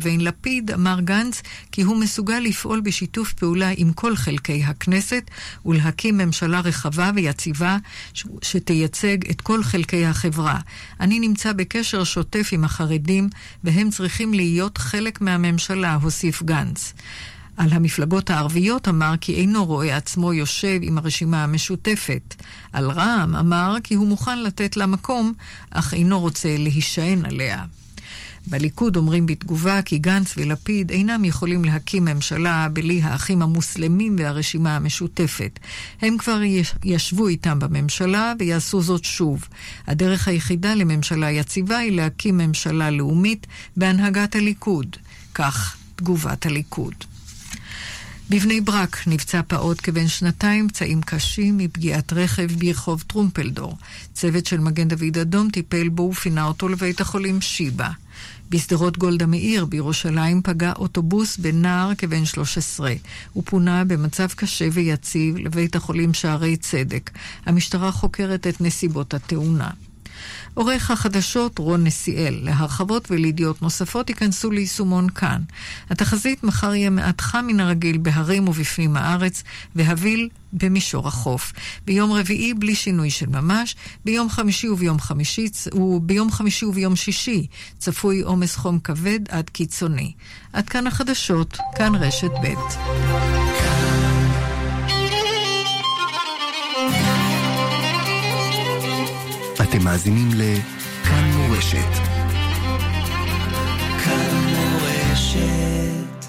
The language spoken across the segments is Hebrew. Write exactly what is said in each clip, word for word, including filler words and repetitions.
לבין לפיד, אמר גנץ כי הוא מסוגל לפעול בשיתוף פעולה עם כל חלקי הכנסת ולהקים ממשלה רחבה ויציבה שתייצג את כל חלקי החברה. אני נמצא בקשר שוטף עם החרדים והם צריכים להיות חלק מהממשלה, הוסיף גנץ. על המפלגות הערביות אמר כי אינו רואה עצמו יושב עם הרשימה המשותפת. על רע"מ אמר כי הוא מוכן לתת לה מקום, אך אינו רוצה להישען עליה. בליכוד אומרים בתגובה כי גנץ ולפיד אינם יכולים להקים ממשלה בלי האחים המוסלמים והרשימה המשותפת. הם כבר ישבו איתם בממשלה ויעשו זאת שוב. הדרך היחידה לממשלה יציבה היא להקים ממשלה לאומית בהנהגת הליכוד. כך תגובת הליכוד. בבני ברק נפצע פעוט כבן שנתיים פצעים קשים מפגיעת רכב ברחוב טרומפלדור. צוות של מגן דוד אדום טיפל בו ופינה אותו לבית החולים שיבא. בסדרות גולדה מאיר בירושלים פגע אוטובוס בנער כבן שלוש עשרה. הוא פונה במצב קשה ויציב לבית החולים שערי צדק. המשטרה חוקרת את נסיבות התאונה. עורך החדשות רון נסיאל. להרחבות ולידיעות נוספות ייכנסו ליישומון כאן. התחזית מחר יהיה מעט חם מן הרגיל בהרים ובפנים הארץ והביל במישור החוף. ביום רביעי בלי שינוי של ממש, ביום חמישי וביום חמישי וביום חמישי וביום שישי צפוי עומס חום כבד עד קיצוני. עד כאן החדשות, כאן רשת ב'. אתם מאזינים לכאן מורשת. כאן מורשת.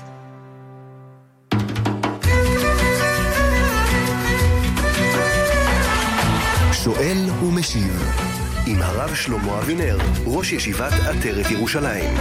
שואל ומשיב עם הרב שלמה אבינר, ראש ישיבת עטרת ירושלים.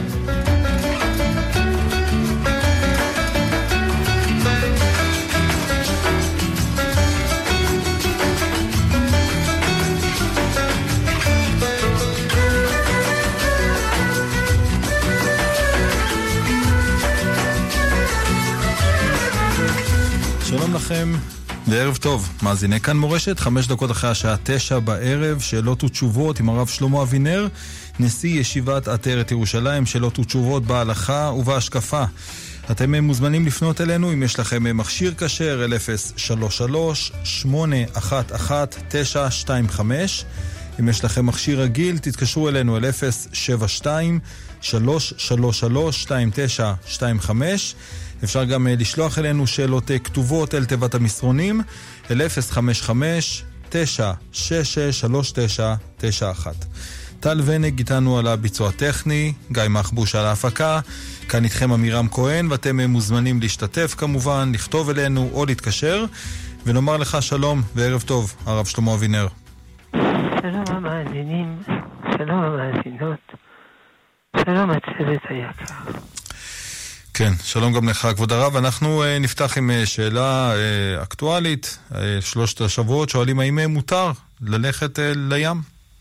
שלום לכם וערב טוב, מאזיני כאן מורשת, חמש דקות אחרי השעה תשע בערב, שאלות ותשובות עם הרב שלמה אבינר, נשיא ישיבת עטרת ירושלים, שאלות ותשובות בהלכה ובהשקפה. אתם מוזמנים לפנות אלינו אם יש לכם מכשיר כשר אל אפס שלוש שלוש שמונה אחת אחת תשע שתיים חמש. אם יש לכם מכשיר רגיל תתקשרו אלינו אל אפס שבע שתיים שלוש שלוש שלוש שתיים תשע שתיים חמש. אפשר גם לשלוח אלינו שאלות כתובות אל תיבת המסרונים אל אפס חמש חמש תשע שש שש שלוש תשע תשע אחת. טל ונג איתנו על הביצוע הטכני, גיא מחבוש על ההפקה, כאן איתכם אמירם כהן, ואתם מוזמנים להשתתף כמובן, לכתוב אלינו או להתקשר, ונאמר לך שלום וערב טוב, הרב שלמה אבינר. שלום המאזינים, שלום המאזינות, שלום הצוות היקר. כן, שלום גם לך כבוד הרב. אנחנו uh, נפתח עם uh, שאלה uh, אקטואלית. uh, שלושת השבועות שואלים האם uh, מותר ללכת uh, לים?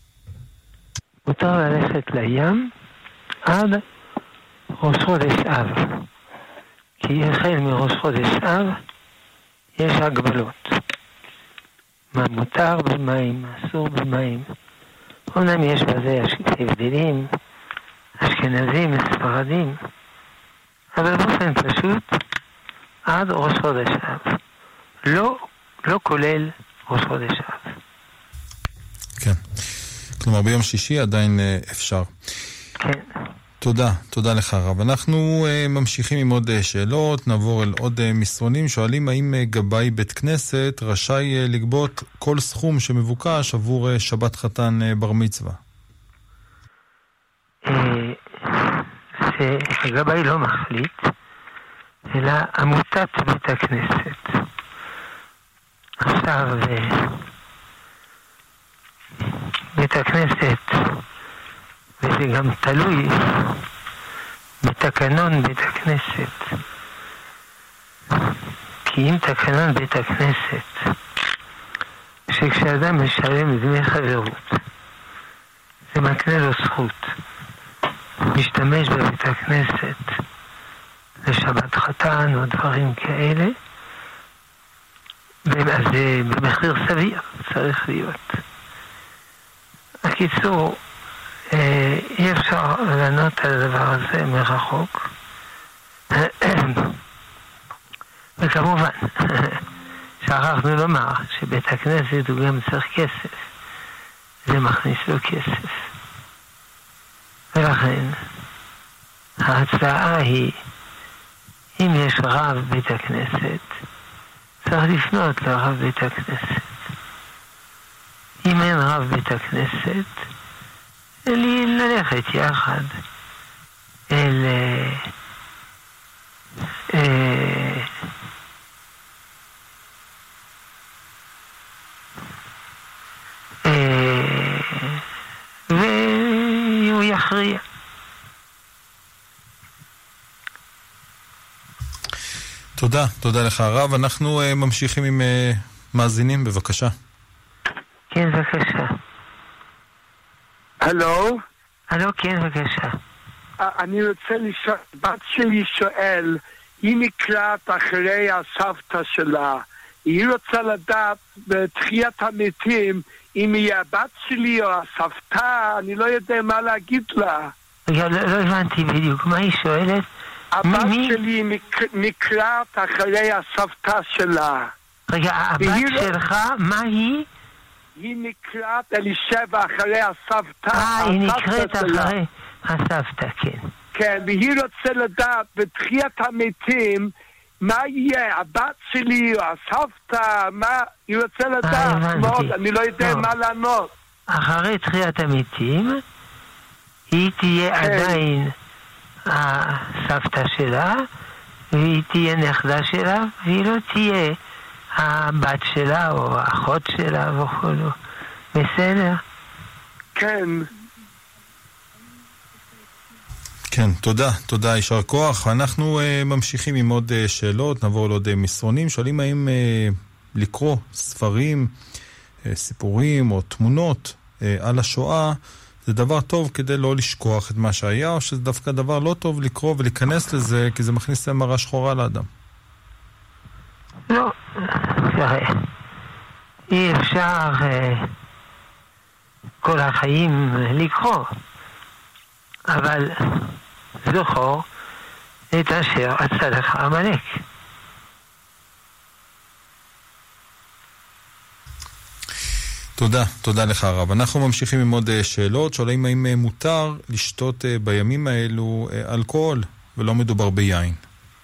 מותר ללכת לים עד ראש חודש אב, כי החל מראש חודש אב יש הגבלות, מה מותר במים, מה אסור במים. אומנם יש בזה הבדלים, אשכנזים וספרדים, אבל באופן פשוט עד ראש חודש אב, לא, לא כולל ראש חודש אב. כן, כלומר ביום שישי עדיין אפשר. כן. תודה, תודה לך רב. אנחנו uh, ממשיכים עם עוד uh, שאלות, נעבור אל עוד uh, מסרונים. שואלים האם uh, גבאי בית כנסת רשאי uh, לגבות כל סכום שמבוקש עבור uh, שבת חתן uh, בר מצווה? שהגבאי לא מחליט, אלא עמותת בית הכנסת. עכשיו בית הכנסת, וזה גם תלוי בתקנון בית הכנסת, כי אם תקנון בית הכנסת שכשאדם משלם דמי חברות זה מקנה לו זכות משתמש בבית הכנסת לשבת חתן או דברים כאלה, אז זה במחיר סביר צריך להיות. הקיצור, אי אפשר לענות על הדבר הזה מרחוק. וכמובן, שכחנו לומר שבית הכנסת הוא גם צריך כסף. זה מכניס לו כסף. ולכן, ההצעה היא, אם יש רב בית הכנסת, צריך לפנות לרב בית הכנסת. אם אין רב בית הכנסת, לי ללכת יחד אל אה, אה, והוא יכריע. תודה, תודה לך הרב. אנחנו uh, ממשיכים עם uh, מאזינים, בבקשה. כן, בבקשה. הלו? הלו, כן, בבקשה. אני רוצה לשאול, בת שלי שואל, היא נקראת אחרי הסבתא שלה. היא רוצה לדעת בתחיית המתים, אם היא הבת שלי או הסבתא, אני לא יודע מה להגיד לה. רגע, לא, לא הבנתי בדיוק, מה היא שואלת? הבת מי? שלי נק... נקראת אחרי הסבתא שלה. רגע, הבת שלך, לא... מה היא? היא נקראת אלישבע אחרי הסבתא. אה, היא נקראת אחרי הסבתא, כן. כן, והיא רוצה לדעת בתחיית המתים, מה יהיה, הבת שלי או הסבתא, מה, היא רוצה לדעת מאוד, אני לא יודע מה לענות. אחרי תחיית המתים, היא תהיה עדיין הסבתא שלה, והיא תהיה נכדה שלה, והיא לא תהיה הבת שלה או האחות שלה וכולו. בסדר? כן. כן, תודה, תודה, יישר כוח. אנחנו uh, ממשיכים עם עוד uh, שאלות, נעבור לעוד uh, מסרונים. שואלים האם uh, לקרוא ספרים, uh, סיפורים או תמונות uh, על השואה, זה דבר טוב כדי לא לשכוח את מה שהיה, או שזה דווקא דבר לא טוב לקרוא ולהיכנס לזה, כי זה מכניס מראה שחורה לאדם? לא, תראה, אי אפשר uh, כל החיים לקרוא, אבל זכור את אשר עשה לך עמלק. תודה, תודה לך הרב. אנחנו ממשיכים עם עוד שאלות. שואלים האם מותר לשתות בימים האלו אלכוהול ולא מדובר ביין.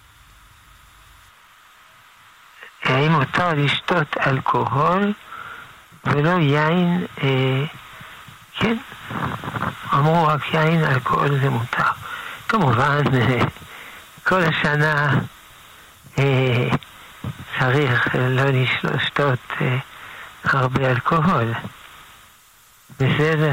האם מותר לשתות אלכוהול ולא יין? אה, כן, אמרו רק יין, אלכוהול זה מותר. כמובן, כל השנה אה, צריך לא לשתות אה, הרבה אלכוהול. בסדר?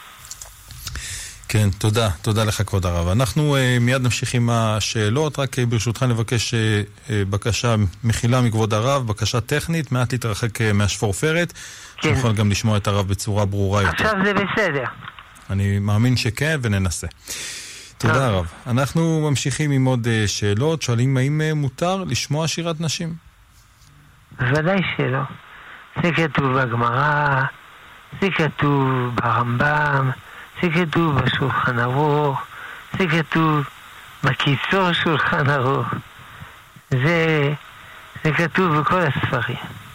כן, תודה, תודה לך כבוד הרב. אנחנו uh, מיד נמשיך עם השאלות, רק uh, ברשותך נבקש uh, uh, בקשה מחילה מכבוד הרב, בקשה טכנית, מעט להתרחק uh, מהשפורפרת, כן. שנוכל גם לשמוע את הרב בצורה ברורה יותר. עכשיו זה בסדר. אני מאמין שכן וננסה. תודה הרב. אנחנו ממשיכים עם עוד uh, שאלות, שואלים האם uh, מותר לשמוע שירת נשים? ודאי שלא. זה כתוב בגמרא, זה כתוב ברמב"ם, זה כתוב בשולחן ערוך, זה כתוב בקיצור שולחן ערוך, זה, זה כתוב בכל הספרים.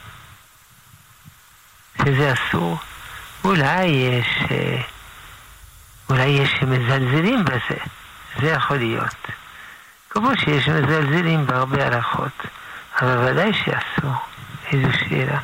שזה אסור. אולי יש, אולי יש שמזלזלים בזה, זה יכול להיות. כמו שיש מזלזלים בהרבה הלכות, אבל ודאי שאסור. איזו שאלה.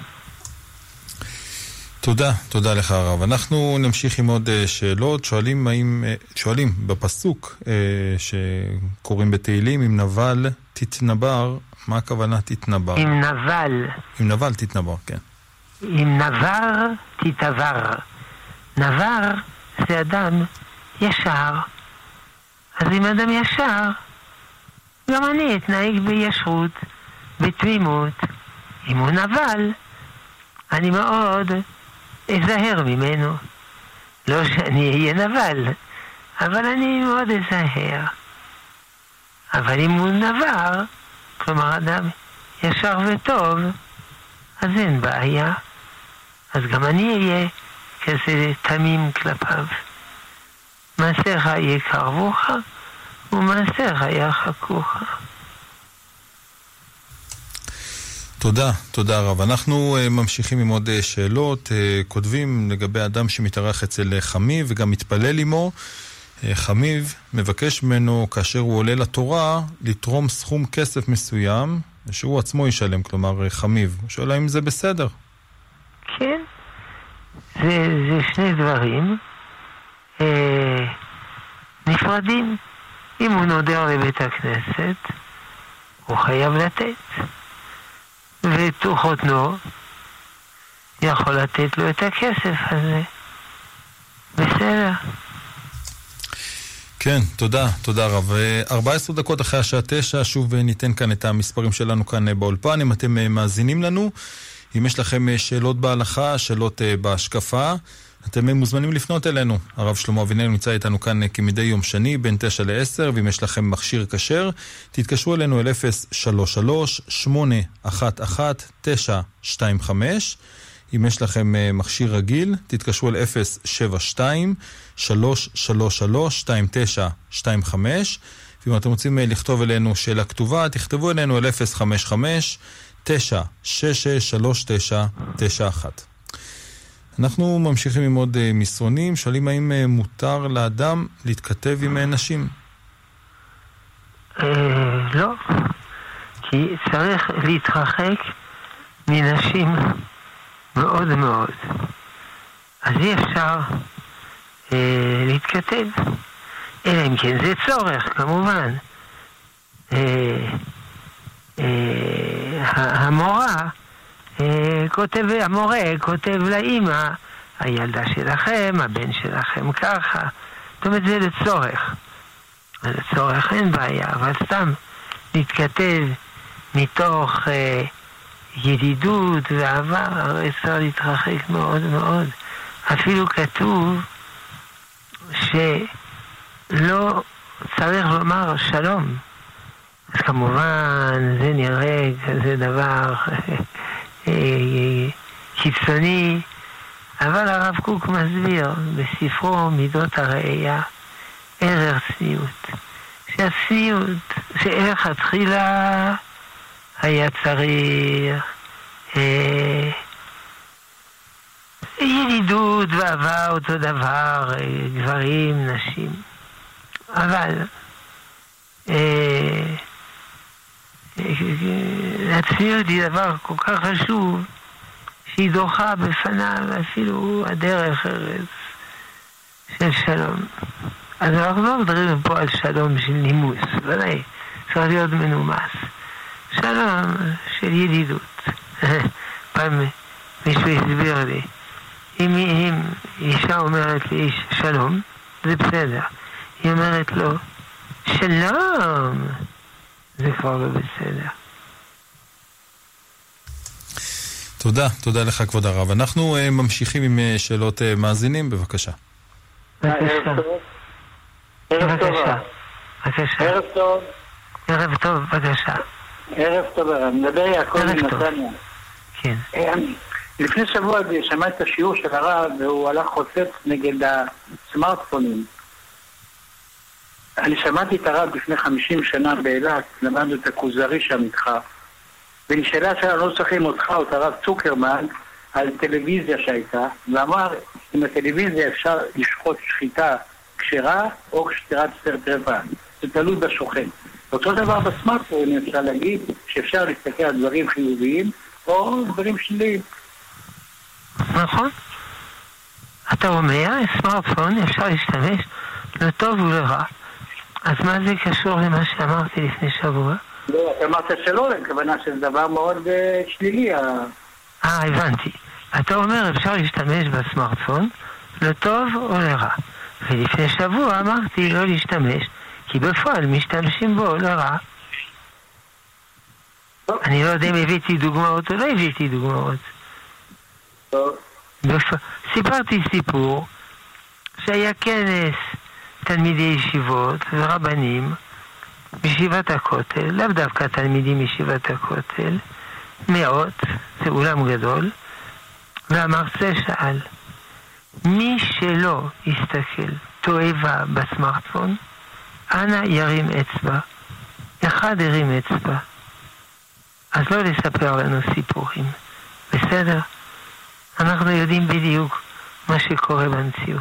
תודה, תודה לך הרב. אנחנו נמשיך עם עוד שאלות. שואלים, האם, שואלים בפסוק שקוראים בתהילים, אם נבל תתנבר, מה הכוונה תתנבר? אם נבל. אם נבל תתנבר, כן. אם נבר תתעבר. נבר זה אדם ישר. אז אם אדם ישר, גם אני אתנהג בישרות, בתמימות. אם הוא נבל, אני מאוד אזהר ממנו. לא שאני אהיה נבל, אבל אני מאוד אזהר. אבל אם הוא נבר, כלומר אדם ישר וטוב, אז אין בעיה. אז גם אני אהיה כזה תמים כלפיו. מעשיך יקרבוך ומעשיך ירחקוך. תודה, תודה רב. אנחנו uh, ממשיכים עם עוד uh, שאלות. Uh, כותבים לגבי אדם שמתארח אצל חמיב וגם מתפלל עמו. Uh, חמיב מבקש ממנו כאשר הוא עולה לתורה לתרום סכום כסף מסוים שהוא עצמו ישלם, כלומר חמיב. הוא שואל האם זה בסדר? כן, זה, זה שני דברים אה, נפרדים. אם הוא נודר לבית הכנסת הוא חייב לתת, ותוך חותנו יכול לתת לו את הכסף הזה. בסדר. כן, תודה, תודה רב. ארבע עשרה דקות אחרי השעה תשע, שוב ניתן כאן את המספרים שלנו כאן באולפן, אם אתם מאזינים לנו. אם יש לכם שאלות בהלכה, שאלות בהשקפה, אתם מוזמנים לפנות אלינו. הרב שלמה אבינר נמצא איתנו כאן כמדי יום שני, בין תשע לעשר, ואם יש לכם מכשיר כשר, תתקשרו אלינו אל אפס שלוש שלוש שמונה אחת אחת תשע שתיים חמש. אם יש לכם מכשיר רגיל, תתקשרו אל אפס שבע שתיים שלוש שלוש שלוש שתיים תשע שתיים חמש. ואם אתם רוצים לכתוב אלינו שאלה כתובה, תכתבו אלינו אל אפס חמש חמש תשע שש שש שלוש תשע תשע אחת. אנחנו ממשיכים עם עוד מסרונים. שואלים האם מותר לאדם להתכתב עם נשים? לא, כי צריך להתרחק מנשים מאוד מאוד, אז אי אפשר אה, להתכתב, אלא אם כן זה צורך כמובן. אה, אה, המורה אה, כותב, המורה כותב לאמא, הילדה שלכם, הבן שלכם ככה, זאת אומרת זה לצורך. לצורך אין בעיה, אבל סתם להתכתב מתוך אה, ידידות ואהבה, הרי צריך להתרחק מאוד מאוד. אפילו כתוב שלא צריך לומר שלום. אז כמובן זה נראה כזה דבר קיצוני, אבל הרב קוק מסביר בספרו מידות הראייה ערך צניעות, שהצניעות שערך התחילה היה צריך אה, ידידות ואהבה אותו דבר, אה, גברים, נשים, אבל אה, הצניעות היא דבר כל כך חשוב שהיא דוחה בפניו אפילו הדרך ארץ של שלום. אז אנחנו לא מדברים פה על שלום של נימוס, ודאי צריך להיות מנומס, שלום של ידידות. פעם מישהו הסביר לי, אם, אם אישה אומרת לאיש שלום זה בסדר, היא אומרת לו שלום זה כבר לא בסדר. תודה, תודה לך כבוד הרב. אנחנו uh, ממשיכים עם uh, שאלות uh, מאזינים, בבקשה. בבקשה. ערב טוב. בבקשה. ערב טוב. ערב טוב, בבקשה. ערב טוב, מדבר יעקב מנתניה. כן. לפני שבוע שמעתי את השיעור של הרב והוא הלך חוצץ נגד הסמארטפונים. אני שמעתי את הרב לפני חמישים שנה באילת, למדנו את הכוזרי שם איתך, ונשאלה שלה לא צריכים אותך או את הרב צוקרמן על טלוויזיה שהייתה, ואמר אם הטלוויזיה אפשר לשחוט שחיטה כשרה או כשתירת סרט רבע, זה תלוי בשוחט. אותו דבר בסמארטפון אפשר להגיד שאפשר להסתכל על דברים חיוביים או דברים שליליים. נכון. אתה אומר, סמארטפון אפשר להשתמש לטוב ולרע. אז מה זה קשור למה שאמרתי לפני שבוע? לא, אתה אמרת שלא, הכוונה שזה דבר מאוד uh, שלילי. אה, הבנתי. אתה אומר, אפשר להשתמש בסמארטפון לטוב או לרע. ולפני שבוע אמרתי לא להשתמש, כי בפועל משתמשים בו לרע. טוב. אני לא יודע אם הבאתי דוגמאות או לא הבאתי דוגמאות. טוב. בפ... סיפרתי סיפור שהיה כנס תלמידי ישיבות ורבנים בישיבת הכותל, לאו דווקא תלמידים מישיבת הכותל, מאות, זה אולם גדול, והמרצה שאל, מי שלא יסתכל תועבה בסמארטפון, אנא ירים אצבע. אחד ירים אצבע. אז לא לספר לנו סיפורים. בסדר? אנחנו יודעים בדיוק מה שקורה במציאות.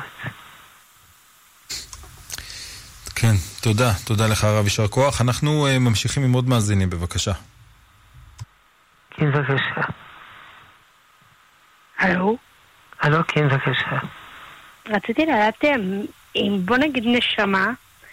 כן, תודה. תודה לך הרב, יישר כוח. אנחנו uh, ממשיכים עם עוד מאזינים, בבקשה. כן, בבקשה. הלו? הלו, כן, בבקשה. רציתי לדעת, אם בוא נגיד נשמה,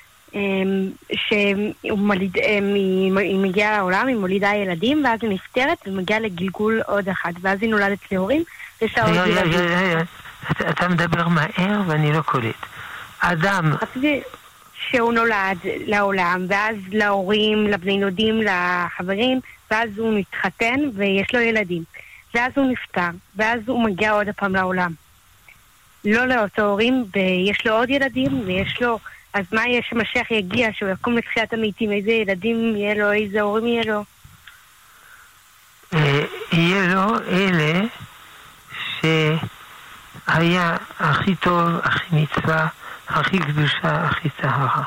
שהיא מגיעה לעולם, היא מולידה ילדים, ואז היא נפטרת ומגיעה לגלגול עוד אחד, ואז היא נולדת להורים, יש לה עוד ילדים. אתה מדבר מהר ואני לא קולט. אדם... רציתי שהוא נולד לעולם, ואז להורים, לבני דודים, לחברים, ואז הוא מתחתן ויש לו ילדים. ואז הוא נפטר, ואז הוא מגיע עוד הפעם לעולם. לא לאותו הורים, ויש לו עוד ילדים, ויש לו... אז מה יהיה שמשיח יגיע, שהוא יקום לתחיית המתים, איזה ילדים יהיה לו, איזה הורים יהיה לו? יהיה לו אלה שהיה הכי טוב, הכי מצווה, הכי קדושה, הכי טהרה.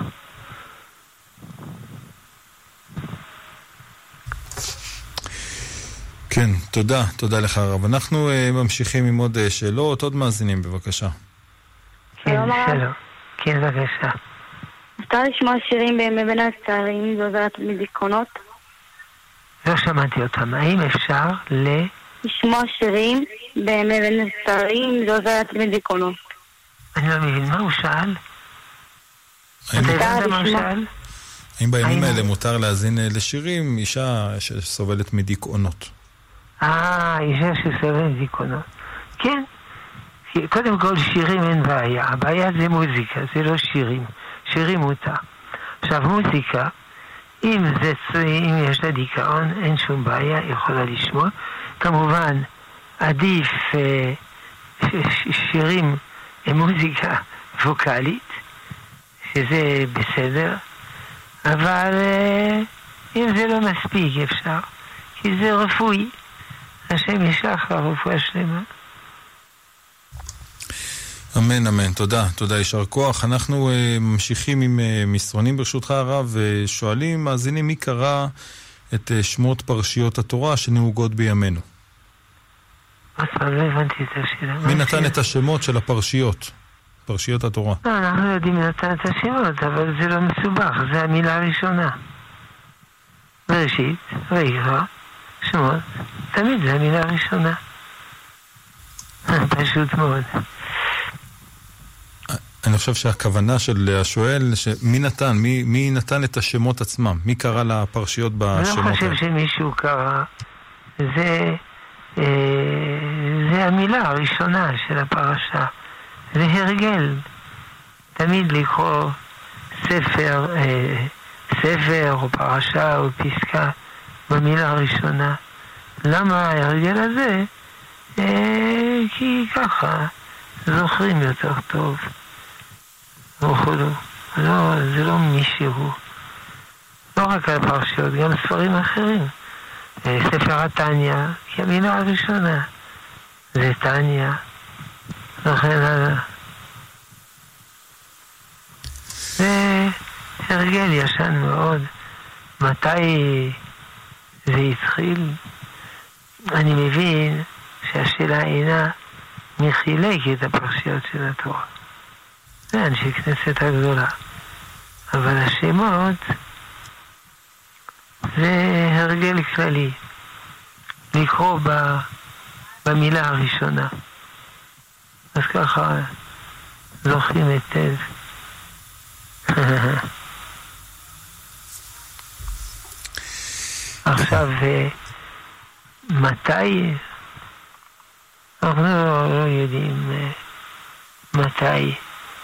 כן, תודה, תודה לך הרב. אנחנו uh, ממשיכים עם עוד uh, שאלות, עוד מאזינים, בבקשה. כן, שלום. כן, בבקשה. אפשר לשמוע שירים בימי בין המצרים, זו עוזרת מדיכאונות? לא שמעתי אותם. האם אפשר ל... לשמוע שירים בימי בין המצרים, זו עוזרת מדיכאונות. אני לא מבין, מה הוא שאל? האם, אתה יודע מה הוא שאל? האם בימים האלה מותר להזין לשירים אישה שסובלת מדיכאונות? אה, אישה שסובלת מדיכאונות. כן. קודם כל שירים אין בעיה. הבעיה זה מוזיקה, זה לא שירים. שירים מותר. עכשיו מוזיקה, אם, זה, אם יש לה דיכאון, אין שום בעיה, יכולה לשמוע. כמובן, עדיף אה, שירים עם מוזיקה ווקלית, שזה בסדר, אבל אה, אם זה לא מספיק אפשר, כי זה רפואי. השם ישלח לרפואה שלמה. אמן, אמן. תודה, תודה, יישר כוח. אנחנו uh, ממשיכים עם uh, מסרונים ברשותך הרב, ושואלים, מאזינים, מי קרא את uh, שמות פרשיות התורה שנהוגות בימינו? אז לא הבנתי את השאלה. מי נתן את השמות של הפרשיות? פרשיות התורה. לא, אנחנו יודעים מי נתן את השמות, אבל זה לא מסובך, זה המילה הראשונה. בראשית, ויקרא, שמות, תמיד זה המילה הראשונה. פשוט מאוד. אני חושב שהכוונה של השואל, מי נתן, מי, מי נתן את השמות עצמם? מי קרא לפרשיות בשמות? אני לא חושב שמישהו קרא. זה, אה, זה המילה הראשונה של הפרשה. זה הרגל. תמיד לקרוא ספר, אה, ספר או פרשה או פסקה במילה הראשונה. למה ההרגל הזה? אה, כי ככה זוכרים יותר טוב. וכולו. לא, זה לא מישהו. לא רק על פרשיות, גם ספרים אחרים. ספר התניה, כי המילה הראשונה זה תניה. לכן הלאה. זה הרגל ישן מאוד. מתי זה התחיל? אני מבין שהשאלה אינה מי חילק את הפרשיות של התורה. זה אנשי כנסת הגדולה. אבל השמות זה הרגל כללי. לקרוא ב, במילה הראשונה. אז ככה זוכרים היטב. עכשיו, מתי? אנחנו לא, לא יודעים מתי.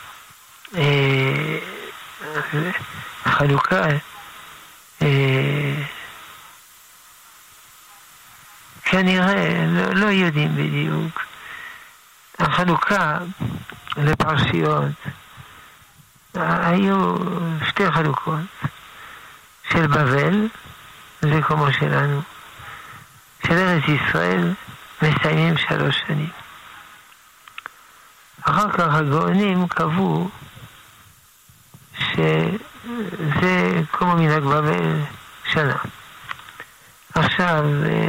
חלוקה כנראה לא, לא יודעים בדיוק. החלוקה לפרשיות היו שתי חלוקות של בבל, זה כמו שלנו, של ארץ ישראל מסיימים שלוש שנים. אחר כך הגאונים קבעו שזה כמו מנהג בבל שנה. עכשיו,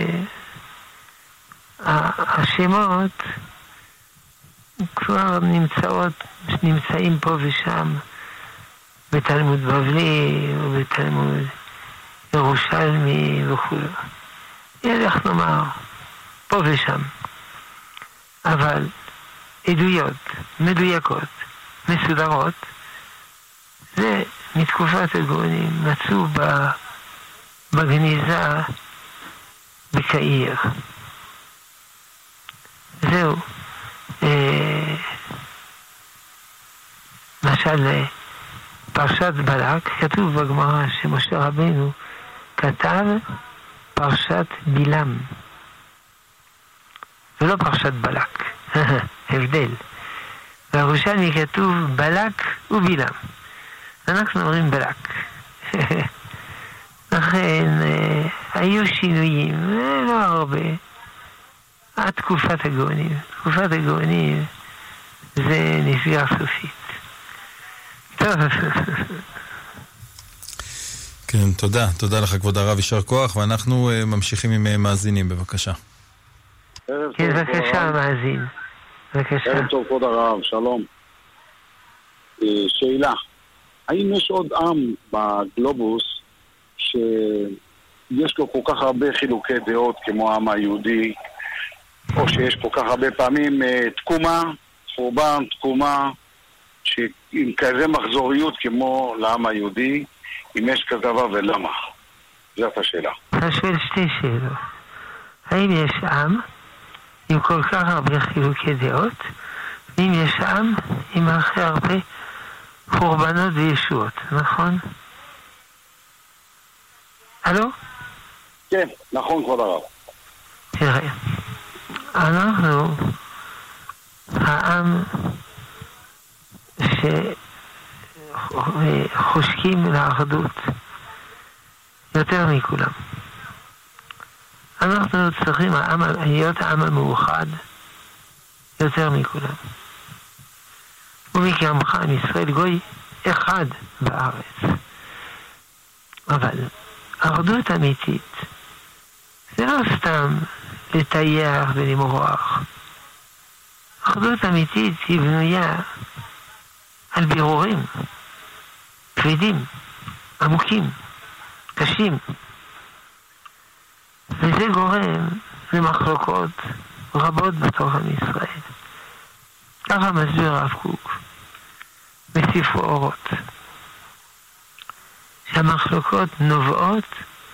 השמות כבר נמצאות, נמצאים פה ושם, בתלמוד בבלי ובתלמוד ירושלמי וכו'. ילך נאמר, פה ושם. אבל עדויות מדויקות, מסודרות, זה מתקופת הגאונים, מצאו בגניזה בקהיר. זהו. אה, למשל, פרשת בלק, כתוב בגמרא שמשה רבנו כתב פרשת בלעם. זה לא פרשת בלק, הבדל. בירושלמי כתוב בלק ובלעם. אנחנו אומרים בלק. לכן היו שינויים, לא הרבה. עד תקופת הגאונים. תקופת הגאונים זה נסגר סופית. טוב. כן, תודה. תודה לך כבוד הרב, יישר כוח, ואנחנו ממשיכים עם מאזינים, בבקשה. כן, בבקשה, מאזין. בבקשה. ערב טוב כבוד הרב, שלום. שאלה, האם יש עוד עם בגלובוס שיש לו כל כך הרבה חילוקי דעות כמו העם היהודי, או שיש כל כך הרבה פעמים תקומה, חורבן, תקומה, עם כזה מחזוריות כמו לעם היהודי, אם יש כזה דבר ולמה? זאת השאלה. אתה שואל שתי שאלות. האם יש עם עם כל כך הרבה חילוקי דעות, ואם יש עם עם הכי הרבה חורבנות וישועות, נכון? הלו? כן, נכון כבוד הרב. תראה, אנחנו העם שחושקים לאחדות יותר מכולם. אנחנו צריכים העם, להיות העם המאוחד יותר מכולם. ומקרמך עם ישראל גוי אחד בארץ. אבל אחדות אמיתית זה לא סתם לטייח ולמרוח. אחדות אמיתית היא בנויה על בירורים כבדים, עמוקים, קשים. וזה גורם למחלוקות רבות בתוך עם ישראל. ככה מסביר הרב קוק בספרו אורות, שהמחלוקות נובעות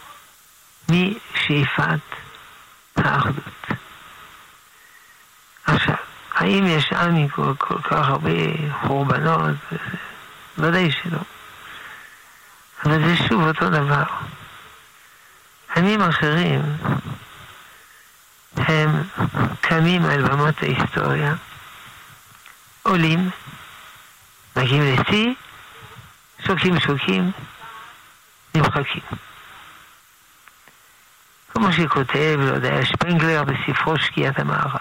משאיפת האחדות. עכשיו, האם יש עם כל, כל כך הרבה חורבנות? ודאי שלא. אבל זה שוב אותו דבר. עמים אחרים הם קמים על במות ההיסטוריה, עולים, מגיעים לשיא, שוקים שוקים, נמחקים. כמו שכותב, לא יודע, שפנגלר בספרו שקיעת המערב.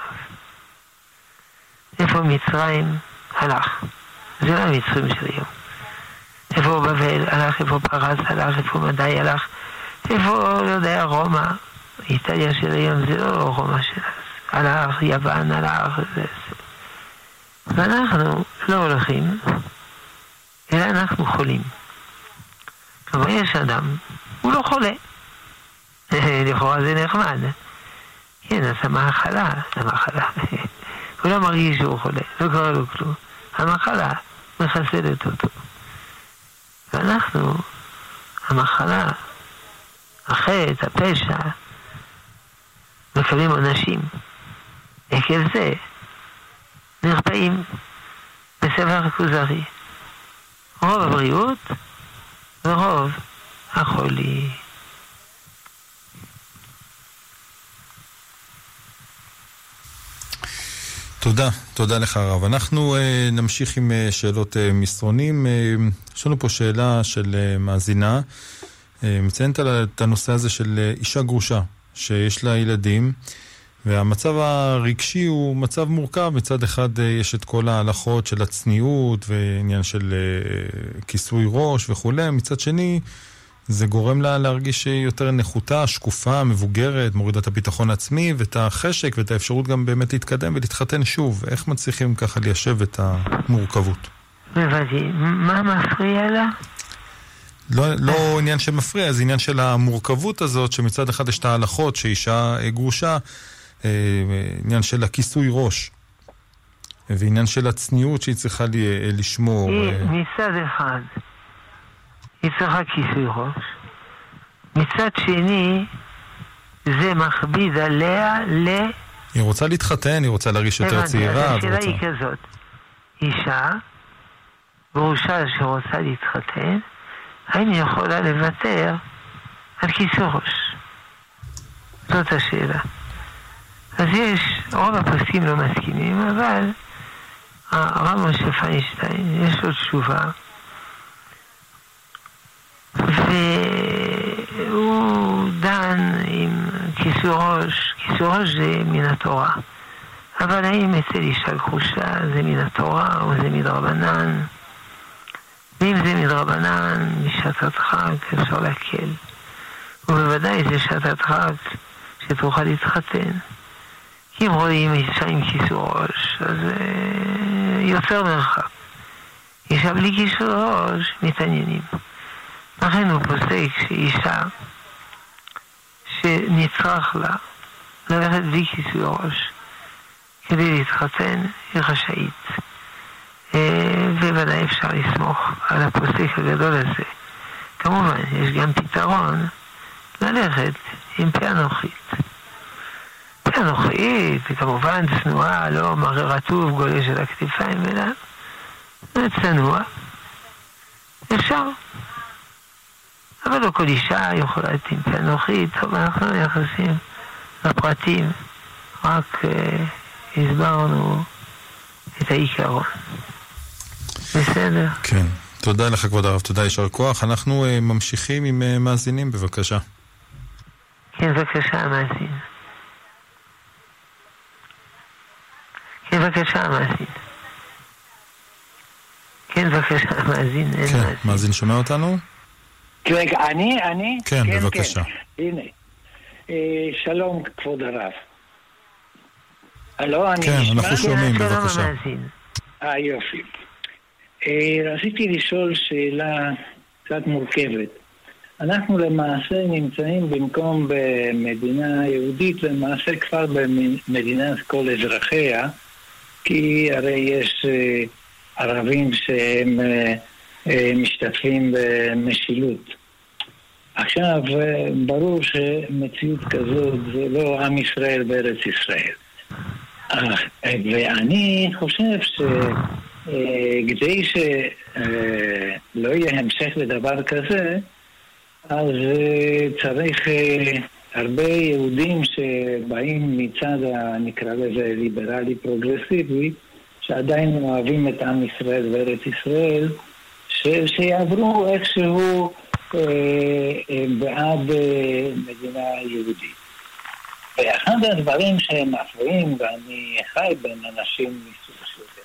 איפה מצרים הלך? זה לא המצרים של היום. איפה בבל הלך, איפה פרס הלך, איפה מדי הלך, איפה, לא יודע, רומא, איטליה של היום, זה לא רומא של אז. הלך, יוון הלך, זה זה. ואנחנו לא הולכים, אלא אנחנו חולים. אבל יש אדם, הוא לא חולה. לכאורה זה נחמד. כן, אז המחלה, המחלה. הוא לא מרגיש שהוא חולה, לא קרה לו כלום. המחלה מחסלת אותו. ואנחנו, המחלה, החטא, הפשע, מקבלים עונשים. עקב זה, נרפאים בספר הכוזרי. רוב הבריאות ורוב החולי. תודה, תודה לך הרב. אנחנו uh, נמשיך עם uh, שאלות uh, מסרונים. Uh, יש לנו פה שאלה של uh, מאזינה. Uh, מציינת את הנושא הזה של uh, אישה גרושה, שיש לה ילדים, והמצב הרגשי הוא מצב מורכב. מצד אחד יש את כל ההלכות של הצניעות ועניין של כיסוי ראש וכו'. מצד שני, זה גורם לה להרגיש יותר נחותה, שקופה, מבוגרת, מורידה את הביטחון העצמי ואת החשק ואת האפשרות גם באמת להתקדם ולהתחתן שוב. איך מצליחים ככה ליישב את המורכבות? הבנתי. מה מפריע לה? לא, לא עניין שמפריע, זה עניין של המורכבות הזאת, שמצד אחד יש את ההלכות שאישה גרושה, עניין של הכיסוי ראש, ועניין של הצניעות שהיא צריכה לשמור. מצד אחד היא צריכה כיסוי ראש, מצד שני זה מכביד עליה ל... היא רוצה להתחתן, היא רוצה להרגיש יותר צעירה. השאלה היא כזאת, אישה גרושה שרוצה להתחתן, האם היא יכולה לוותר על כיסוי ראש? זאת השאלה. אז יש, רוב הפוסקים לא מסכימים, אבל הרב משה פיינשטיין יש לו תשובה, והוא דן עם כיסוי ראש. כיסוי ראש זה מן התורה, אבל האם אצל אישה גרושה זה מן התורה או זה מדרבנן? ואם זה מדרבנן, משעת חג אפשר להקל, ובוודאי זה שעת חג שתוכל להתחתן. אם רואים אישה עם כיסוי ראש, אז uh, יוצר מרחק. אישה בלי כיסוי ראש מתעניינים. לכן הוא פוסק שאישה שנצרך לה ללכת בלי כיסוי ראש כדי להתחתן, היא רשאית. Uh, ובוודאי אפשר לסמוך על הפוסק הגדול הזה. כמובן, יש גם פתרון ללכת עם פענוחית. פענוחית, וכמובן צנועה, לא מראה רטוב, גולה של הכתפיים, אלא זה צנוע. אפשר. אבל לא כל אישה יכולה עם פענוחית, טוב, אנחנו נכנסים לפרטים, רק uh, הסברנו את העיקרון. בסדר. כן. תודה לך כבוד הרב, תודה, יישר כוח. אנחנו uh, ממשיכים עם uh, מאזינים, בבקשה. כן, בבקשה, מאזין. כן, בבקשה, מאזין. כן, בבקשה, מאזין. כן, מאזין שומע אותנו? רגע, אני, אני? כן, כן בבקשה. כן. הנה. אה, שלום, כבוד הרב. הלו, אני כן, נשמע? אנחנו שומעים, כן, בבקשה. אה, יופי. אה, רציתי לשאול שאלה קצת מורכבת. אנחנו למעשה נמצאים במקום במדינה יהודית, למעשה כבר במדינת כל אזרחיה, כי הרי יש אה, ערבים שהם אה, אה, משתתפים במשילות. עכשיו, אה, ברור שמציאות כזאת זה לא עם ישראל בארץ ישראל. אה, ואני חושב שכדי אה, שלא אה, יהיה המשך לדבר כזה, אז uh, צריך uh, הרבה יהודים שבאים מצד, נקרא לזה, ליברלי פרוגרסיבי, שעדיין אוהבים את עם ישראל וארץ ישראל, ש- שיעברו איכשהו uh, uh, בעד uh, מדינה יהודית. ואחד הדברים שהם מפריעים, ואני חי בין אנשים מסוג שזה,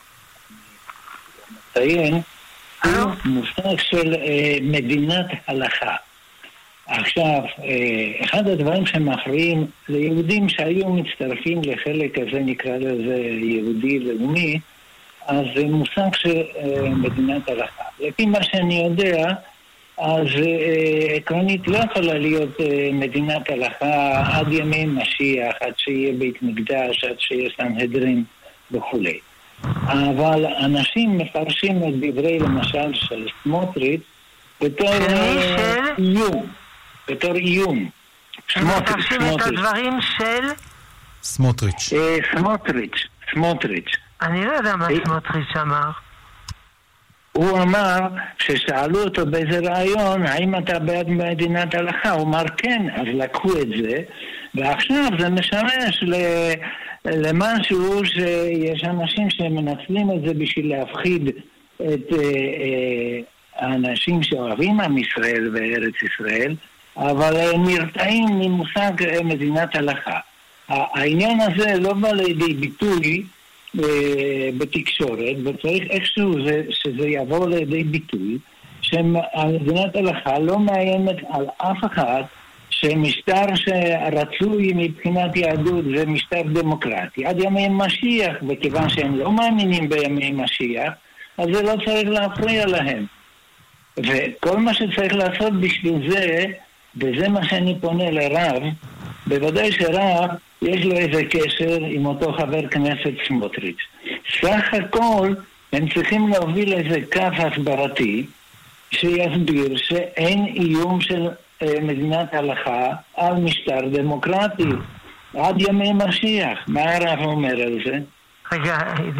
אני מציין, הוא מושג של אה, מדינת הלכה. עכשיו, אה, אחד הדברים שמפריעים ליהודים שהיו מצטרפים לחלק הזה, נקרא לזה יהודי לאומי, אז זה מושג של אה, מדינת הלכה. לפי מה שאני יודע, אז אה, עקרונית לא יכולה להיות אה, מדינת הלכה עד ימי משיח, עד שיהיה בית מקדש, עד שיהיה סנהדרין וכו'. אבל אנשים מפרשים את דברי למשל של סמוטריץ' בתור איום, בתור איום. הם מפרשים את הדברים של סמוטריץ'. סמוטריץ', סמוטריץ'. אני לא יודע מה סמוטריץ' אמר. הוא אמר, כששאלו אותו באיזה רעיון, האם אתה בעד מדינת הלכה? הוא אמר כן, אז לקחו את זה, ועכשיו זה משמש ל... למשהו שיש אנשים שמנצלים את זה בשביל להפחיד את אה, אה, האנשים שאוהבים עם ישראל וארץ ישראל, אבל הם נרתעים ממושג מדינת הלכה. העניין הזה לא בא לידי ביטוי בתקשורת, וצריך איכשהו זה, שזה יבוא לידי ביטוי, שמדינת הלכה לא מאיימת על אף אחד שמשטר שרצוי מבחינת יהדות זה משטר דמוקרטי עד ימי משיח, וכיוון שהם לא מאמינים בימי משיח, אז זה לא צריך להפריע להם. וכל מה שצריך לעשות בשביל זה, וזה מה שאני פונה לרב, בוודאי שרב יש לו איזה קשר עם אותו חבר כנסת סמוטריץ'. סך הכל הם צריכים להוביל איזה קו הסברתי שיסביר שאין איום של מדינת הלכה על משטר דמוקרטי עד ימי משיח. מה הרב אומר על זה? רגע,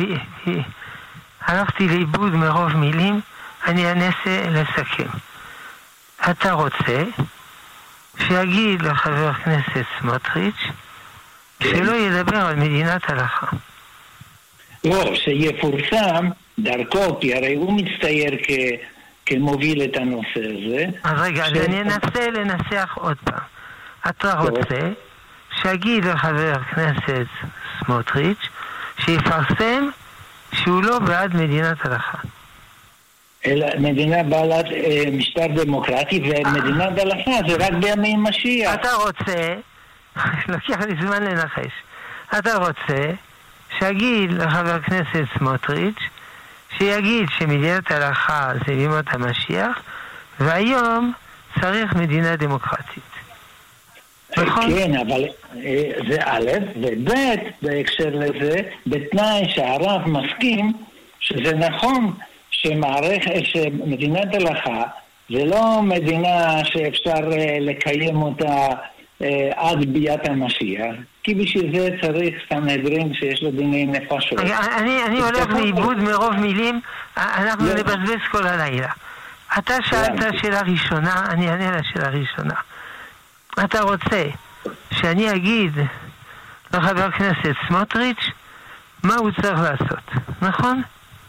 הלכתי לאיבוד מרוב מילים, אני אנסה לסכם. אתה רוצה שיגיד לחבר כנסת סמוטריץ' שלא ידבר על מדינת הלכה. לא, שיפורסם דרכו, כי הרי הוא מצטייר כ... כמוביל את הנושא הזה. אז רגע, ש... אז אני אנסה לנסח עוד פעם. אתה רוצה שיגיד לחבר כנסת סמוטריץ' שיפרסם שהוא לא בעד מדינת הלכה. אלא מדינה בעלת אה, משטר דמוקרטי, ומדינת הלכה זה רק בימי משיח. אתה רוצה, לוקח לי זמן לנחש, אתה רוצה שיגיד לחבר כנסת סמוטריץ' שיגיד שמדינת הלכה זה בימות המשיח, והיום צריך מדינה דמוקרטית. נכון? כן, אבל זה א', וב' בהקשר לזה, בתנאי שהרב מסכים שזה נכון שמערכת, שמדינת הלכה זה לא מדינה שאפשר לקיים אותה עד ביאת המשיח, כי בשביל זה צריך סנהדרין שיש לו דיני נפשות. אני הולך לאיבוד מרוב מילים, אנחנו נבזבז כל הלילה. אתה שאלת שאלה ראשונה, אני אענה לשאלה ראשונה. אתה רוצה שאני אגיד לחבר כנסת סמוטריץ' מה הוא צריך לעשות, נכון?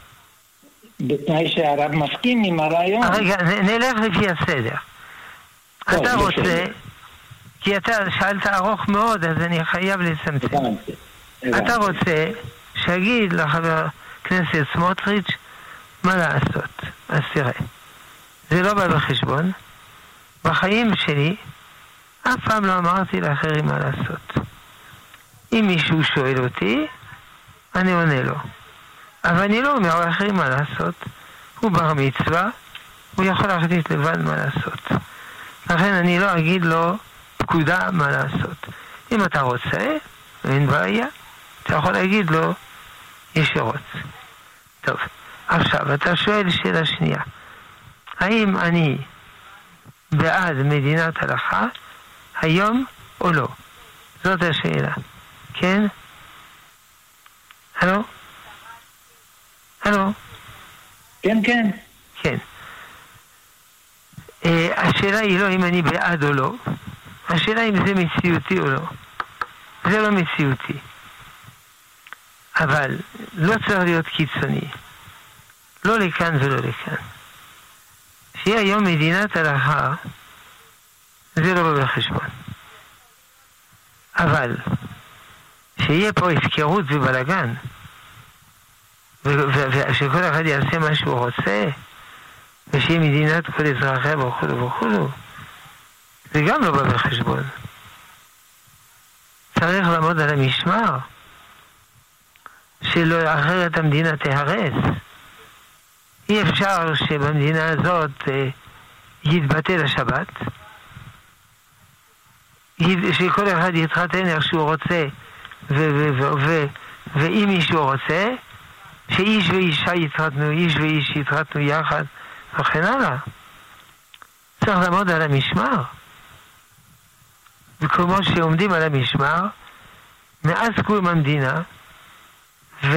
בתנאי שהרב מסכים עם הרעיון. רגע, נלך לפי הסדר. אתה רוצה, כי אתה שאלת ארוך מאוד, אז אני חייב לצמצם. אתה רוצה שיגיד לחבר כנסת סמוטריץ' מה לעשות. אז תראה, זה לא בא בחשבון. בחיים שלי אף פעם לא אמרתי לאחרים מה לעשות. אם מישהו שואל אותי, אני עונה לו. אבל אני לא אומר לאחרים מה לעשות. הוא בר מצווה, הוא יכול להחליט לבד מה לעשות. לכן אני לא אגיד לו פקודה מה לעשות. אם אתה רוצה, אין בעיה, אתה יכול להגיד לו ישירות. טוב, עכשיו אתה שואל שאלה שנייה. האם אני בעד מדינת הלכה היום או לא? זאת השאלה. כן? הלו? הלו? כן, כן. כן. Uh, השאלה היא לא אם אני בעד או לא. השאלה אם זה מציאותי או לא. זה לא מציאותי. אבל לא צריך להיות קיצוני. לא לכאן ולא לכאן. שיהיה היום מדינת הלכה, זה לא בא בחשבון. אבל שיהיה פה הפקרות ובלגן, ושכל אחד יעשה מה שהוא רוצה, ושיהיה מדינת כל אזרחיה וכו' וכו', זה גם לא בא בחשבון. צריך לעמוד על המשמר, שלא אחרת המדינה תהרס. אי אפשר שבמדינה הזאת אה, יתבטל השבת, שכל אחד יתחתן איך שהוא רוצה, ואם מישהו רוצה, שאיש ואישה יתחתנו, איש ואיש יתחתנו יחד, וכן הלאה. צריך לעמוד על המשמר. וכמו שעומדים על המשמר, מאז קום המדינה, ו...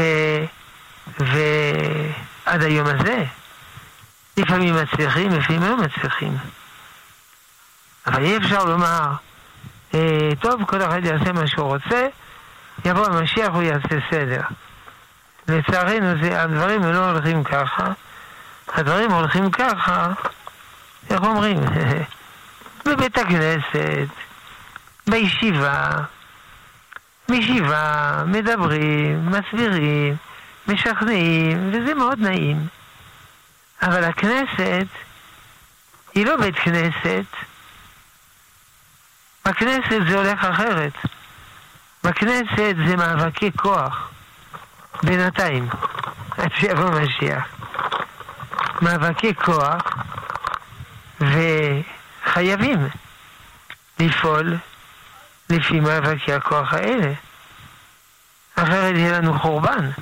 ועד היום הזה, לפעמים מצליחים, לפעמים לא מצליחים. אבל אי אפשר לומר, אה, טוב, כל אחד יעשה מה שהוא רוצה, יבוא המשיח הוא יעשה סדר. לצערנו זה, הדברים לא הולכים ככה. הדברים הולכים ככה, איך אומרים? בבית הכנסת, בישיבה, משיבה, מדברים, מסבירים, משכנעים, וזה מאוד נעים. אבל הכנסת היא לא בית כנסת. בכנסת זה הולך אחרת. בכנסת זה מאבקי כוח. בינתיים, עד שיבוא משיח. מאבקי כוח, וחייבים לפעול לפי מאבקי הכוח האלה. אחרת יהיה לנו חורבן.